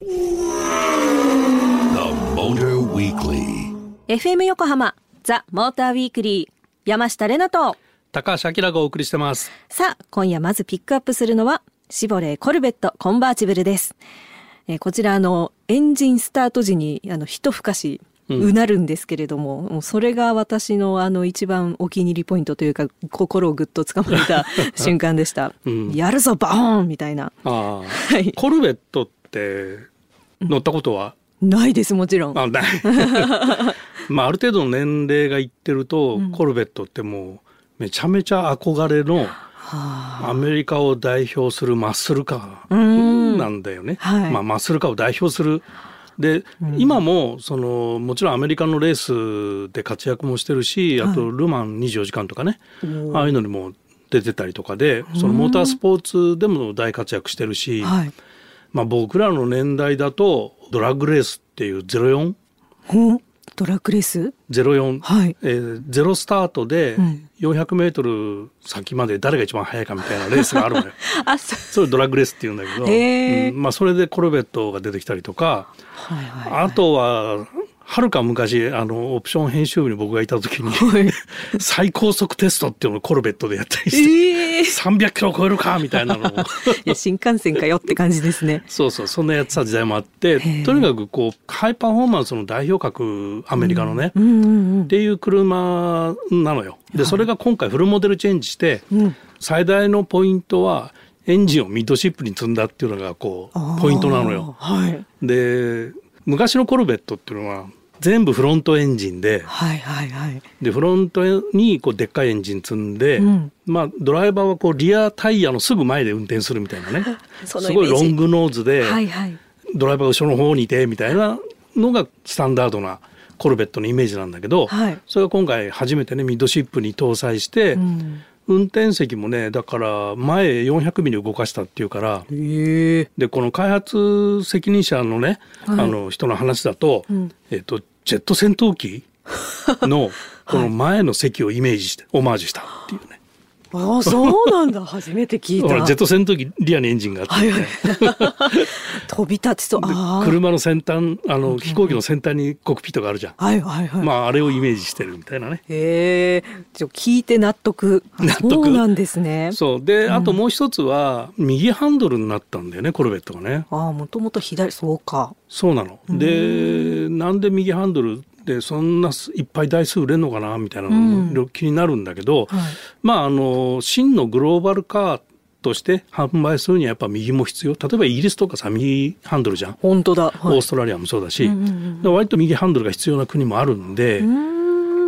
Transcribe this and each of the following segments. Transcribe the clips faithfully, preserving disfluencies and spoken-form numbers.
エフエム 横浜ザ・モーターウィークリー、山下れなと高橋明がお送りしてます。 さあ、今夜まずピックアップするのはシボレーコルベットコンバーチブルです。えー、こちらのエンジンスタート時にあの一吹かしうなるんですけれども、うん、もうそれが私のあの一番お気に入りポイントというか、心をぐっとつかまれた瞬間でした、うん、やるぞバーンみたいな。 あ、はい、コルベットって乗ったことは、 うん、ないです。もちろんあ、ないまあ、ある程度の年齢がいってると、うん、コルベットってもうめちゃめちゃ憧れのアメリカを代表するマッスルカーなんだよね、はい、まあ、マッスルカーを代表するで、うん、今もそのもちろんアメリカのレースで活躍もしてるし、あとルマンにじゅうよじかんとかね、はい、ああいうのにも出てたりとかで、そのモータースポーツでも大活躍してるし、はい、まあ、僕らの年代だとドラッグレースっていうゼロよん、 うん、ドラッグレースゼロよん、はい、えー、ゼロスタートでよんひゃくメートル先まで誰が一番速いかみたいなレースがあるのよあ、そ, それドラッグレースっていうんだけど、うん、まあ、それでコルベットが出てきたりとか、はいはいはい、あとははるか昔あのオプション編集部に僕がいた時に、はい、最高速テストっていうのをコルベットでやったりして、えー、さんびゃくキロ超えるかみたいなのをいや新幹線かよって感じですね。 そうそう、そんなやってた時代もあって、とにかくこうハイパフォーマンスの代表格アメリカのね、うんうんうんうん、っていう車なのよ。でそれが今回フルモデルチェンジして、はい、最大のポイントはエンジンをミッドシップに積んだっていうのがこうポイントなのよ、はい、で昔のコルベットっていうのは全部フロントエンジンで、はいはいはい、でフロントにこうでっかいエンジン積んで、うん、まあ、ドライバーはこうリアタイヤのすぐ前で運転するみたいなねすごいロングノーズで、はいはい、ドライバーが後ろの方にいてみたいなのがスタンダードなコルベットのイメージなんだけど、はい、それが今回初めてねミッドシップに搭載して、うん、運転席もねだから前よんひゃくミリ動かしたっていうから、へー、でこの開発責任者のね、はい、あの人の話だと、うん、えーとジェット戦闘機のこの前の席をイメージしてオマージュしたっていうねああ、そうなんだ初めて聞いたジェット戦闘機リアにエンジンがあって、ね、はいはい、 飛び立ちそう。あ、 車の先端あの飛行機の先端にコックピットがあるじゃん、はいはいはい、まあ、あれをイメージしてるみたいなね。 へえ、ちょ聞いて納得。納得。そうなんですね。 そうで、あともう一つは右ハンドルになったんだよねコルベットがね。ああ、もともと左。そうか。 そうなの。でなんで右ハンドルでそんないっぱい台数売れるのかなみたいなのも気になるんだけど、うん、はい、まああの真のグローバルカーとして販売するにはやっぱ右も必要。例えばイギリスとかさ右ハンドルじゃん。本当だ、はい、オーストラリアもそうだし、うんうんうん、割と右ハンドルが必要な国もあるんで、うん、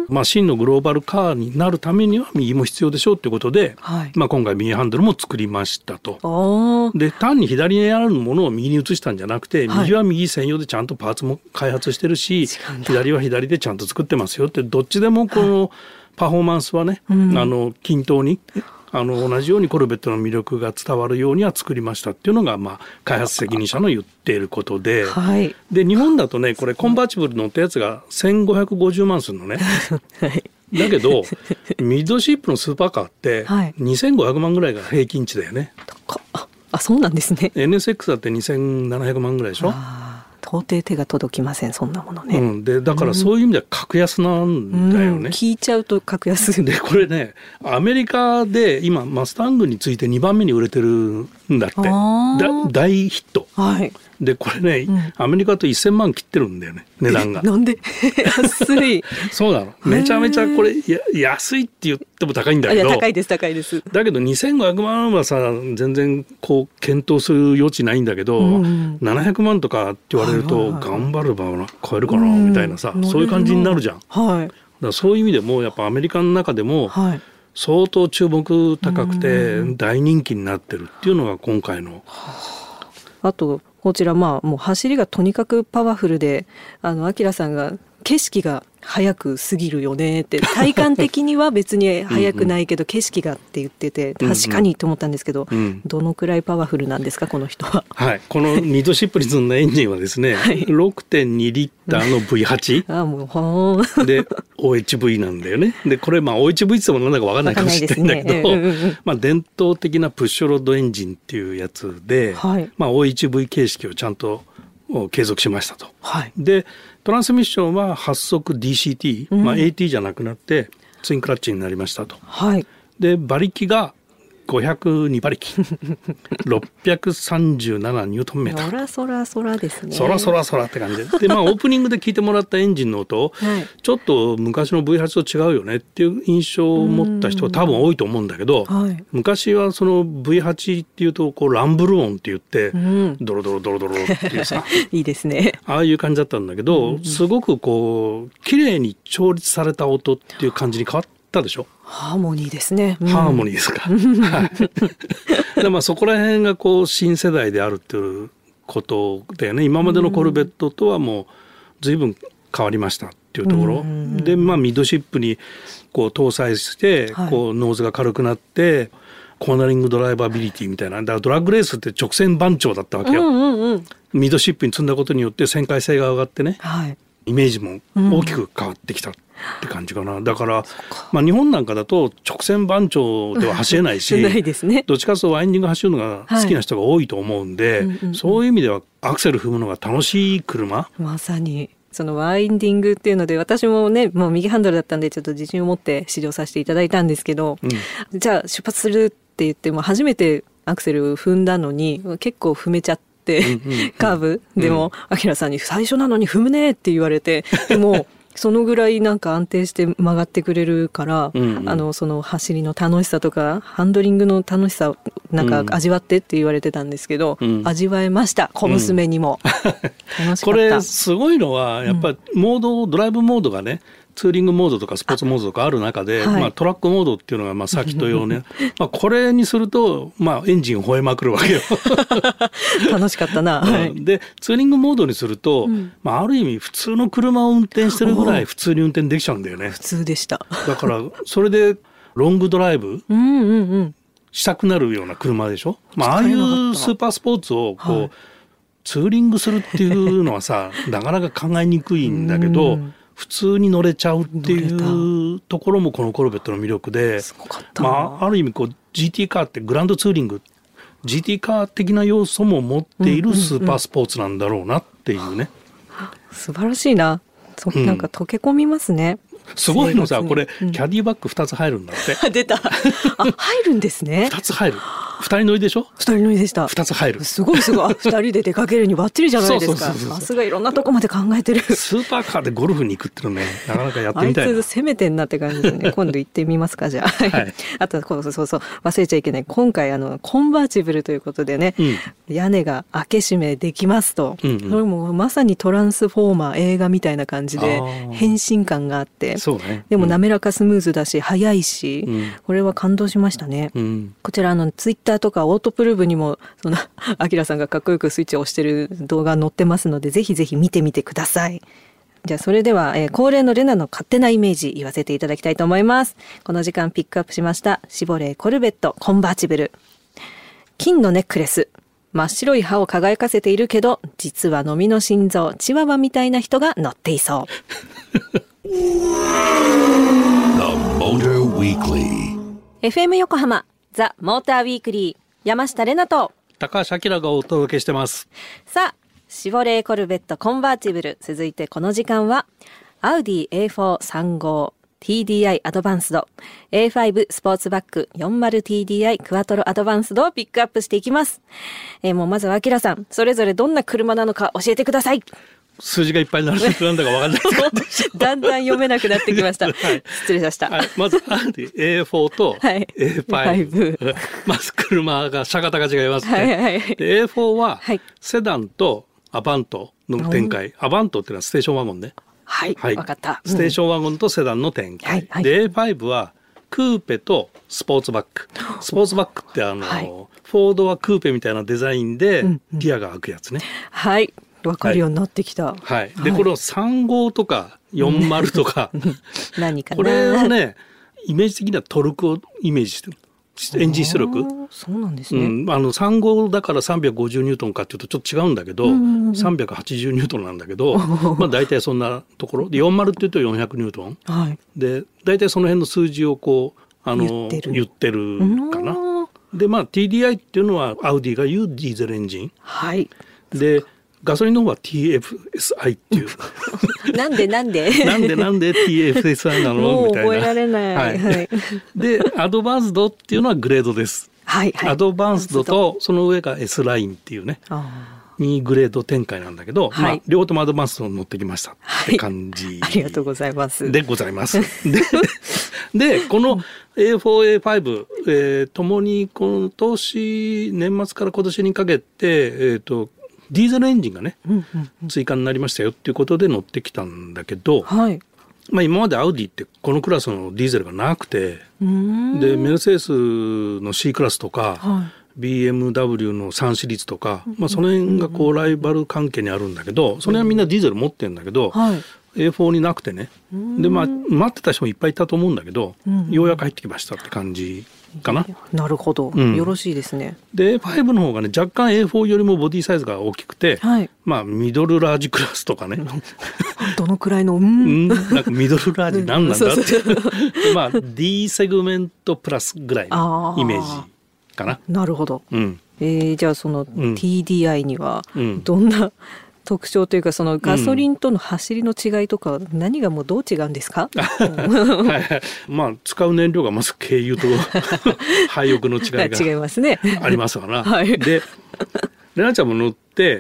まあ、真のグローバルカーになるためには右も必要でしょうっていうことで、はい、まあ、今回右ハンドルも作りましたと。で単に左にあるものを右に移したんじゃなくて、はい、右は右専用でちゃんとパーツも開発してるし、左は左でちゃんと作ってますよって、どっちでもこのパフォーマンスはね、はい、あの均等にあの同じようにコルベットの魅力が伝わるようには作りましたっていうのが、まあ、開発責任者の言っていることで、はい、で日本だとねこれコンバーチブル乗ったやつがせんごひゃくごじゅうまんするのね、はい、だけどミッドシップのスーパーカーってにせんごひゃくまんぐらいが平均値だよね。 ああ、そうなんですね。 エヌエスエックス だってにせんななひゃくまんぐらいでしょ。 到底手が届きませんそんなものね、 うん、でだからそういう意味では格安なんだよね、うん、 聞いちゃうと格安で、これねアメリカで今マスタングについてにばんめに売れてるんだって。だ大ヒット、はい、でこれね、うん、アメリカとせんまん切ってるんだよね値段が。 なんで安いそうなの、めちゃめちゃこれや安いって言っても高いんだけど。 いや高いです高いです。 だけどにせんごひゃくまんはさ全然こう検討する余地ないんだけど、うん、ななひゃくまんとかって言われると、はいはいはい、頑張れば買えるかなみたいなさ、うん、そういう感じになるじゃん、はい、だからそういう意味でもやっぱアメリカの中でも、はい、相当注目高くて大人気になってるっていうのが今回の。 あとこちらまあもう走りがとにかくパワフルで、あのアキラさんが景色が速く過ぎるよねって、体感的には別に速くないけど景色がって言ってて確かにと思ったんですけど、うんうん、どのくらいパワフルなんですかこの人は。 はい、このミッドシップに積んだエンジンはですね、はい、ろくてんにリッターの ブイはち あもうほーんで オーエイチブイ なんだよね。でこれまあ オーエイチブイ って言っても何だか分かんないかもしれないんだけど、ね、まあ、伝統的なプッシュロッドエンジンっていうやつで、はい、まあ、オーエイチブイ 形式をちゃんと継続しましたと、 はい、 でトランスミッションははち速 ディーシーティー、うんまあ、エーティー じゃなくなってツインクラッチになりましたと、 はい、 で馬力がごひゃくに馬力ろっぴゃくさんじゅうななニュートンメートルそらそらそらですねそらそらそらって感じでで、まあ、オープニングで聞いてもらったエンジンの音、はい、ちょっと昔の ブイはち と違うよねっていう印象を持った人は多分多いと思うんだけど、はい、昔はその ブイはち っていうとこうランブル音って言って、うん、ドロドロドロドロっていうさいいですねああいう感じだったんだけど、うん、すごくこう綺麗に調律された音っていう感じに変わったでしょ。 ハーモニーですね、 うん、ハーモニーですか、はい、でまあそこら辺がこう新世代であるっていうことだよね。今までのコルベットとはもう随分変わりましたっていうところ、うん、でまあミッドシップにこう搭載してこうノーズが軽くなって、はい、コーナリングドライバビリティみたいな、だからドラッグレースって直線番長だったわけよ、うんうんうん、ミッドシップに積んだことによって旋回性が上がってね、はい、イメージも大きく変わってきたって感じかな。だから、まあ、日本なんかだと直線番長では走れないしないですね、 どっちかというとワインディング走るのが好きな人が多いと思うんで、はいうんうん、そういう意味ではアクセル踏むのが楽しい車。 まさにそのワインディングっていうので私もねもう右ハンドルだったんでちょっと自信を持って試乗させていただいたんですけど、うん、じゃあ出発するって言っても初めてアクセル踏んだのに結構踏めちゃって、うんうんうん、カーブでもアキラさんに最初なのに踏むねって言われてでもそのぐらいなんか安定して曲がってくれるから、うんうん、あのその走りの楽しさとかハンドリングの楽しさをなんか味わってって言われてたんですけど、うん、味わえました小娘にも、うん、楽しかった。 これすごいのはやっぱりモード、ドライブモードがねツーリングモードとかスポーツモードとかある中で、はいまあ、トラックモードっていうのがまあサーキット用ねまあこれにすると、まあ、エンジンを吠えまくるわけよ楽しかったな、はい、 でツーリングモードにすると、うんまあ、ある意味普通の車を運転してるぐらい普通に運転できちゃうんだよね。 普通でしただからそれでロングドライブしたくなるような車でしょ、まあ、ああいうスーパースポーツをこう、はい、ツーリングするっていうのはさなかなか考えにくいんだけど普通に乗れちゃうっていうところもこのコルベットの魅力で、まあ、ある意味こう ジーティー カーってグランドツーリング ジーティー カー的な要素も持っているスーパースポーツなんだろうなっていうね、 うんうんうん、素晴らしいな。なんか溶け込みますね、 うん、すごいのさこれ、うん、キャディバッグふたつ入るんだって出たあ入るんですねふたつ入るふたり乗りでしょ。 ふたり乗りでした。 ふたつ入る。 すごいすごいふたりで出かけるにバッチリじゃないですか。さすがいろんなとこまで考えてる。 スーパーカーでゴルフに行くっていうのねなかなかやってみたいな。 あいつ攻めてんなって感じですね今度行ってみますかじゃあ、はい、あとそうそうそう忘れちゃいけない。今回あのコンバーチブルということでね、うん、屋根が開け閉めできますと、うんうん、それもまさにトランスフォーマー映画みたいな感じで変身感があって、 そうね、 でも滑らかスムーズだし速いし、うん、これは感動しましたね、うん、こちらのツイッターとかオートプルーブにもそのアキラさんがかっこよくスイッチを押してる動画載ってますのでぜひぜひ見てみてください。じゃあそれでは、えー、恒例のレナの勝手なイメージ言わせていただきたいと思います。この時間ピックアップしましたシボレーコルベットコンバーチブル。金のネックレス、真っ白い歯を輝かせているけど実は飲みの心臓チワワみたいな人が乗っていそう The Motor Weekly エフエム 横浜ザ・モーターウィークリー山下れなと高橋明がお届けしてます。 さあシボレーコルベットコンバーチブル、続いてこの時間はアウディ エーフォーさんごう ティーディーアイ アドバンスド エーファイブ スポーツバック よんじゅうティーディーアイ クワトロアドバンスドをピックアップしていきます。えー、もうまずはアキラさんそれぞれどんな車なのか教えてください。 数字がいっぱいになるとなんだか分かんないだんだん読めなくなってきました、はい、失礼しました、はい、 まずアウディ エーフォー と エーファイブ、まず車が車型が違いますね、はいはい、エーフォー はセダンとアバントの展開、うん、アバントっていうのはステーションワゴンね、 はい、はい、分かった、 うん、ステーションワゴンとセダンの展開、はいはい、で エーファイブ はクーペとスポーツバック。スポーツバックってあの、はい、フォードはクーペみたいなデザインでリアが開くやつね、うんうん、 はい分かるようになってきた、 はいはい、でこれをさんごうとかよんじゅうとか何かなこれはねイメージ的にはトルクをイメージしてるエンジン出力。 そうなんですね、 うん、あのさんごうだからさんびゃくごじゅうニュートンかっていうとちょっと違うんだけど、うんうんうん、さんびゃくはちじゅうニュートンなんだけどまあ大体そんなところでよんじゅうっていうとよんひゃくニュートン、はい、で大体その辺の数字をこうあの言ってる、言ってるかな。でまあ ティーディーアイ っていうのはアウディが言うディーゼルエンジン、 はい、 でガソリンの方は ティーエフエスアイ っていうなんでなんでなんでなんで ティーエフエスアイ なのもうみたいな。 覚えられない、 はいはい、 でアドバンスドっていうのはグレードです、 はいはい、 アドバンスドとその上が S ラインっていうね、にグレード展開なんだけど、はい、まあ、両方ともアドバンスドに乗ってきましたって感じ、はい、 ありがとうございますでございますで, でこの エーフォーエーファイブ、えー、ともに今年年末から今年にかけて、えー、とディーゼルエンジンがね、うんうんうん、追加になりましたよっていうことで乗ってきたんだけど、はい、まあ、今までアウディってこのクラスのディーゼルがなくて、でメルセデスの C クラスとか、はい、ビーエムダブリュー のさんシリーズとか、まあ、その辺がこうライバル関係にあるんだけど、それはみんなディーゼル持ってるんだけど、はい、エーフォー になくてね、で、まあ、待ってた人もいっぱいいたと思うんだけど、ようやく入ってきましたって感じかな。 なるほど、うん、よろしいですね。 で エーファイブ の方がね若干 エーフォー よりもボディサイズが大きくて、はい、まあミドルラージクラスとかねどのくらいの、うん、 なんかミドルラージ何なんだってまあ D セグメントプラスぐらいのイメージかな。 なるほど、うん、えー、じゃあその ティーディーアイ にはどんな、うん、特徴というかそのガソリンとの走りの違いとか、うん、何がもうどう違うんですか？ はい、まあ使う燃料がまず軽油と廃油の違いが違いますね。 ありますわな。はい、でレナちゃんも乗って、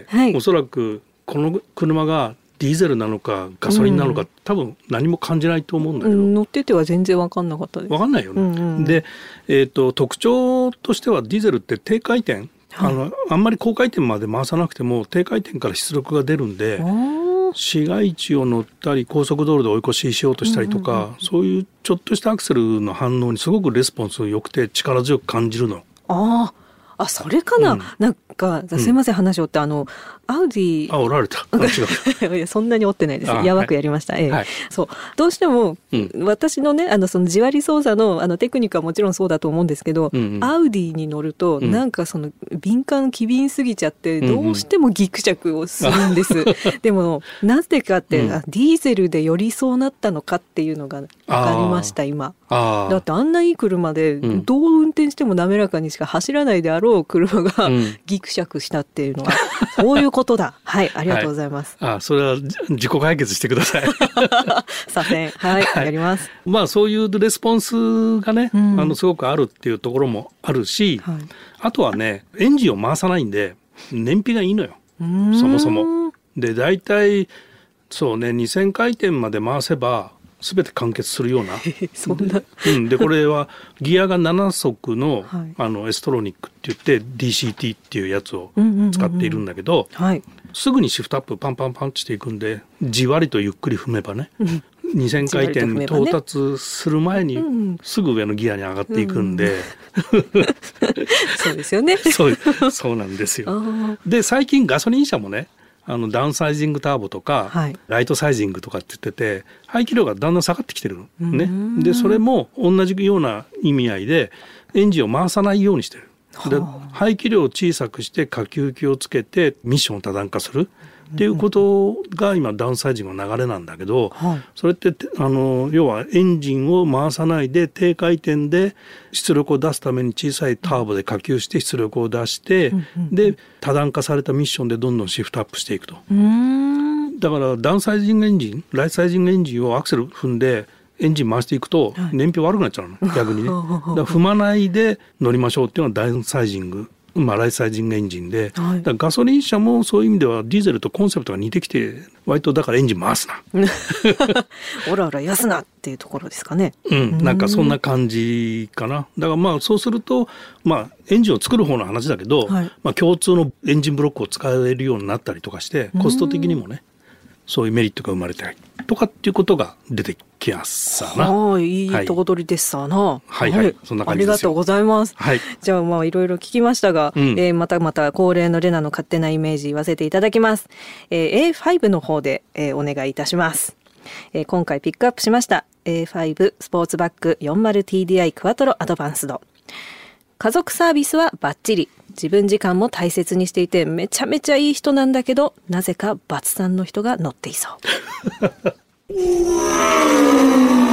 はい、おそらくこの車がディーゼルなのかガソリンなのか、うん、多分何も感じないと思うんだけど、うん、 乗ってては全然分かんなかったです。 分かんないよね、うんうん、で、えーと、特徴としてはディーゼルって低回転、あのあんまり高回転まで回さなくても低回転から出力が出るんで、市街地を乗ったり高速道路で追い越ししようとしたりとか、うんうんうん、そういうちょっとしたアクセルの反応にすごくレスポンス良くて力強く感じるの。 ああ、それかな、うん、なんかすいません、話をってあのアウディあ、折られた。 違ういやそんなに折ってないです。やばくやりました、はい、ええはい、そうどうしても、うん、私のねあのそのじわり操作 の, あのテクニックはもちろんそうだと思うんですけど、うんうん、アウディに乗ると、うん、なんかその敏感機敏すぎちゃってどうしてもギクシャクをするんです、うんうん、でもなぜかって、うん、ディーゼルでよりそうなったのかっていうのが分かりました。今あだってあんないい車でどう運転しても滑らかにしか走らないであろう車が、うん、ギクシャクしたっていうのはそういうことだ。はい、ありがとうございます。 はい、あ、それは自己解決してください。 左遷、はい、はい、やります。 まあそういうレスポンスがね、うん、あのすごくあるっていうところもあるし、はい、あとはねエンジンを回さないんで燃費がいいのよ。そもそもでだいたいそうねにせん回転まで回せば全て完結するようなそんなうん、でこれはギアがなな速の、はい、あのエストロニックって言って ディーシーティー っていうやつを使っているんだけど、うんうんうんうん、はい、すぐにシフトアップパンパンパンってしていくんでじわりとゆっくり踏めばね、うん、にせん回転に到達する前にすぐ上のギアに上がっていくんで、 うんうん、そうですよね。 そう、そうなんですよ。で最近ガソリン車もねあのダウンサイジングターボとか、はい、ライトサイジングとかって言ってて排気量がだんだん下がってきてるの、ね、でそれも同じような意味合いでエンジンを回さないようにしてる。で排気量を小さくして下給気をつけてミッションを多段化するっていうことが今ダウンサイジングの流れなんだけど、はい、それってあの要はエンジンを回さないで低回転で出力を出すために小さいターボで下給して出力を出して、うんうん、で多段化されたミッションでどんどんシフトアップしていくと。うーんだからダウンサイジングエンジンライトサイジングエンジンをアクセル踏んでエンジン回していくと燃費悪くなっちゃうの、はい、逆にね。だから踏まないで乗りましょうっていうのはダウンサイジング、まあ、ライトサイジングエンジンで、はい、だからガソリン車もそういう意味ではディーゼルとコンセプトが似てきて割とだからエンジン回すなオラオラやすなっていうところですかね。 うん、なんかそんな感じかな。だからまあそうすると、まあ、エンジンを作る方の話だけど、はい、まあ、共通のエンジンブロックを使えるようになったりとかしてコスト的にもねそういうメリットが生まれたりとかっていうことが出てきますさな。 はい、いいとこ取りですさな。はい、 はいはい、そんな感じですよ。 ありがとうございます。はい、じゃあまあいろいろ聞きましたが、うん、えー、またまた恒例のレナの勝手なイメージ言わせていただきます。えー、エーファイブ の方で、えー、お願いいたします。えー、今回ピックアップしました エーファイブ スポーツバック よんじゅうティーディーアイ クワトロアドバンスド。家族サービスはバッチリ、自分時間も大切にしていてめちゃめちゃいい人なんだけどなぜかバツさんの人が乗っていそう。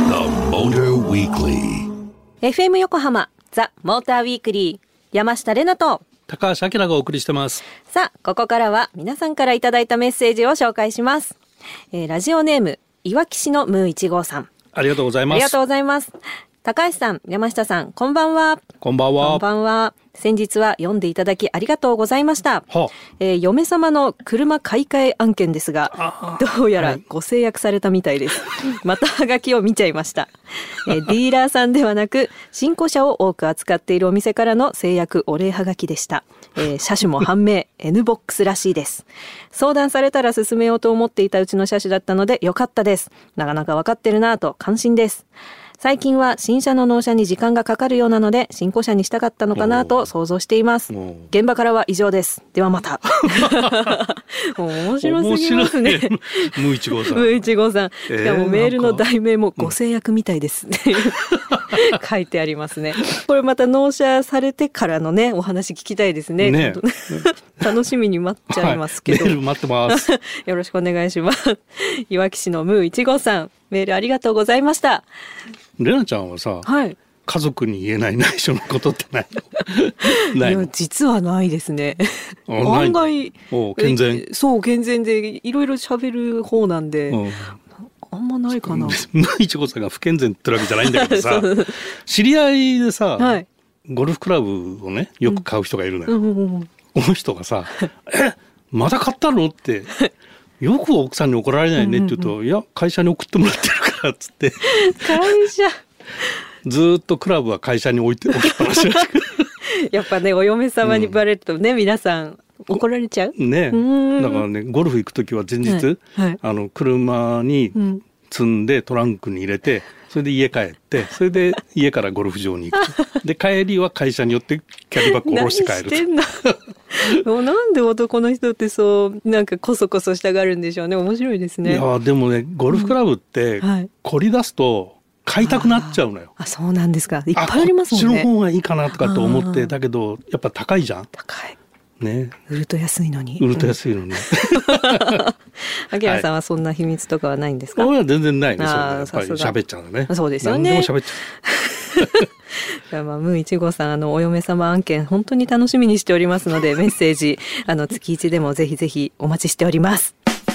エフエム 横浜ザ・モーターウィークリー山下れなと高橋明がお送りしてます。 さあ、ここからは皆さんからいただいたメッセージを紹介します。えー、ラジオネームいわき市のムーいち号さん、 ありがとうございます。 ありがとうございます。高橋さん、山下さん、こんばんは。 こんばんは。 こんばんは。先日は読んでいただきありがとうございました。はあ、えー、嫁様の車買い替え案件ですが、どうやらご制約されたみたいです。はい、またハガキを見ちゃいました。えー、ディーラーさんではなく、新古車を多く扱っているお店からの制約お礼ハガキでした。えー、車種も判明、N ボックスらしいです。相談されたら進めようと思っていたうちの車種だったのでよかったです。なかなか分かってるなぁと感心です。最近は新車の納車に時間がかかるようなので新古車にしたかったのかなと想像しています。現場からは以上です。ではまた。面白すぎますね。 ムーいち号さん。 ムーいち号さん。しかもメールの題名もご制約みたいです。書いてありますね。これまた納車されてからのねお話聞きたいですね。ね楽しみに待っちゃいますけど。 はい、メール待ってます。 よろしくお願いします。いわき市のムーいち号さん、メールありがとうございました。 レナちゃんはさ、はい、家族に言えない内緒のことってないの？ないの？ いや実はないですね。案外健全。 そう健全でいろいろ喋る方なんで、あんまないかな。 ムーいち号さんが不健全ってわけじゃないんだけどさ、知り合いでさ、はい、ゴルフクラブをねよく買う人がいるのよ。うん、この人がさ、えまた買ったのってよく奥さんに怒られないねって言うと、うんうんうん、いや会社に送ってもらってるからっつって会社ずっとクラブは会社に置いて置きっぱなしらしくやっぱねお嫁様にバレるとね、うん、皆さん怒られちゃうね。だからねゴルフ行くときは前日、はいはい、あの車に積んでトランクに入れて、それで家帰ってそれで家からゴルフ場に行くで帰りは会社によってキャリーバッグを下ろして帰る。 何してんのなんで男の人ってそうなんかコソコソしたがるんでしょうね。面白いですね。 いやでもねゴルフクラブって凝り出すと買いたくなっちゃうのよ。 あ, あそうなんですか。いっぱいありますもんね。 こっちの方がいいかなとかと思ってだけどやっぱ高いじゃん。 高いね、 売ると安いのに売ると安いのに秋山さんはそんな秘密とかはないんですか？ はい、全然ないね。やっぱり喋っちゃうのね。 そうですよね。 何でも喋っちゃうまあ、ムーいち号さんあのお嫁様案件本当に楽しみにしておりますのでメッセージあの月一でもぜひぜひお待ちしております。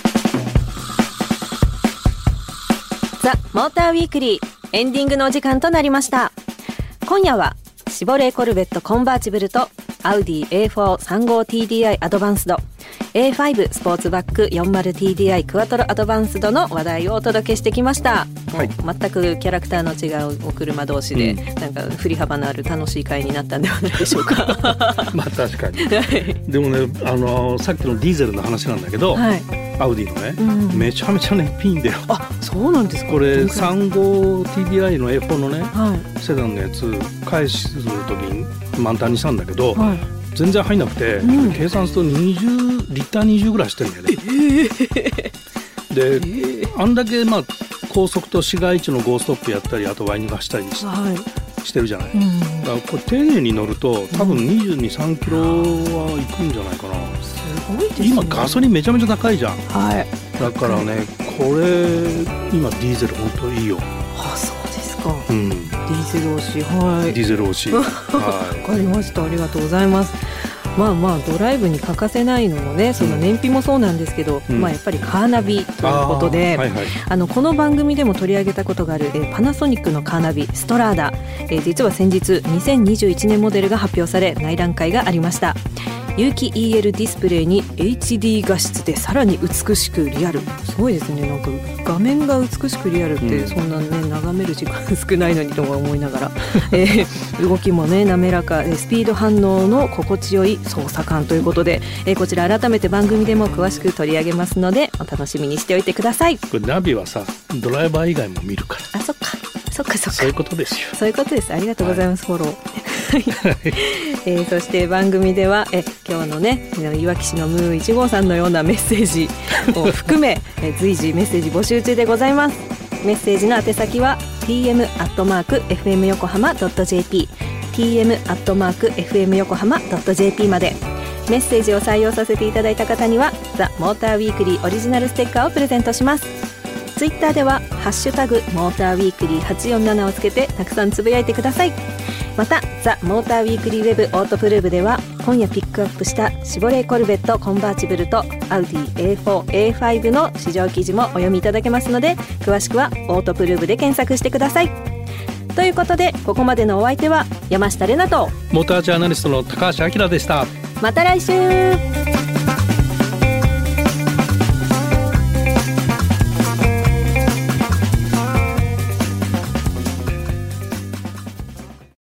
ザ・モーターウィークリーエンディングのお時間となりました。今夜はシボレーコルベットコンバーチブルとアウディ エーフォーさんじゅうごティーディーアイ アドバンスド エーファイブ スポーツバック よんじゅうティーディーアイ クワトロアドバンスドの話題をお届けしてきました、はい、全くキャラクターの違うお車同士で、うん、なんか振り幅のある楽しい回になったんではないでしょうかまあ確かにでもねあのさっきのディーゼルの話なんだけど、はい、アウディのね、うん、めちゃめちゃねピンだよ。 あそうなんですか。 これ さんじゅうごティーディーアイ の エーフォー のね、はい、セダンのやつ返す時に満タンにしたんだけど、はい、全然入んなくて、うん、計算するとにじゅうリッターにじゅうぐらいしてるんだよね、えー、で、えー、あんだけまあ高速と市街地のゴーストップやったりあとワイニング走ったりし、はい、してるじゃない、うん、だからこれ丁寧に乗ると多分にじゅうに、さんキロは行くんじゃないかな。 すごいですね。 今ガソリンめちゃめちゃ高いじゃん、 はい、 だからねこれ今ディーゼル本当いいよ。 あそうですか、 うん、 ディーゼル推し、はい、 ディーゼル推しわ、 はい、かりました。ありがとうございます。まあまあドライブに欠かせないのもねその燃費もそうなんですけど、うん、まあやっぱりカーナビということで、あ、はいはい、あのこの番組でも取り上げたことがある、えー、パナソニックのカーナビストラーダ、えー、実は先日にせんにじゅういちねんモデルが発表され内覧会がありました。有機 イーエル ディスプレイに エイチディー 画質でさらに美しくリアル。すごいですね。なんか画面が美しくリアルってそんなね、うん、眺める時間少ないのにとは思いながら、えー、動きもね滑らか、スピード反応の心地よい操作感ということで、えー、こちら改めて番組でも詳しく取り上げますのでお楽しみにしておいてください。 これナビはさドライバー以外も見るから。 あそっかそっかそっかそういうことですよ。 そういうことです。ありがとうございます、はい、フォローえー、そして番組ではえ今日のねいわき市のムーいち号さんのようなメッセージを含めえ随時メッセージ募集中でございます。メッセージの宛先は ティーエム アットマーク エフエム 横浜 ドット ジェーピー ティーエム アットマーク エフエム 横浜 ドット ジェーピー まで。メッセージを採用させていただいた方にはザ・モーターウィークリーオリジナルステッカーをプレゼントします。ツイッターではハッシュタグモーターウィークリーはちよんななをつけてたくさんつぶやいてください。またザ・モーターウィークリーウェブオートプルーブでは今夜ピックアップしたシボレーコルベットコンバーチブルとアウディ エーフォー、エーファイブ の試乗記事もお読みいただけますので、詳しくはオートプルーブで検索してください。ということで、ここまでのお相手は山下れなとモータージャーナリストの高橋明でした。 また来週。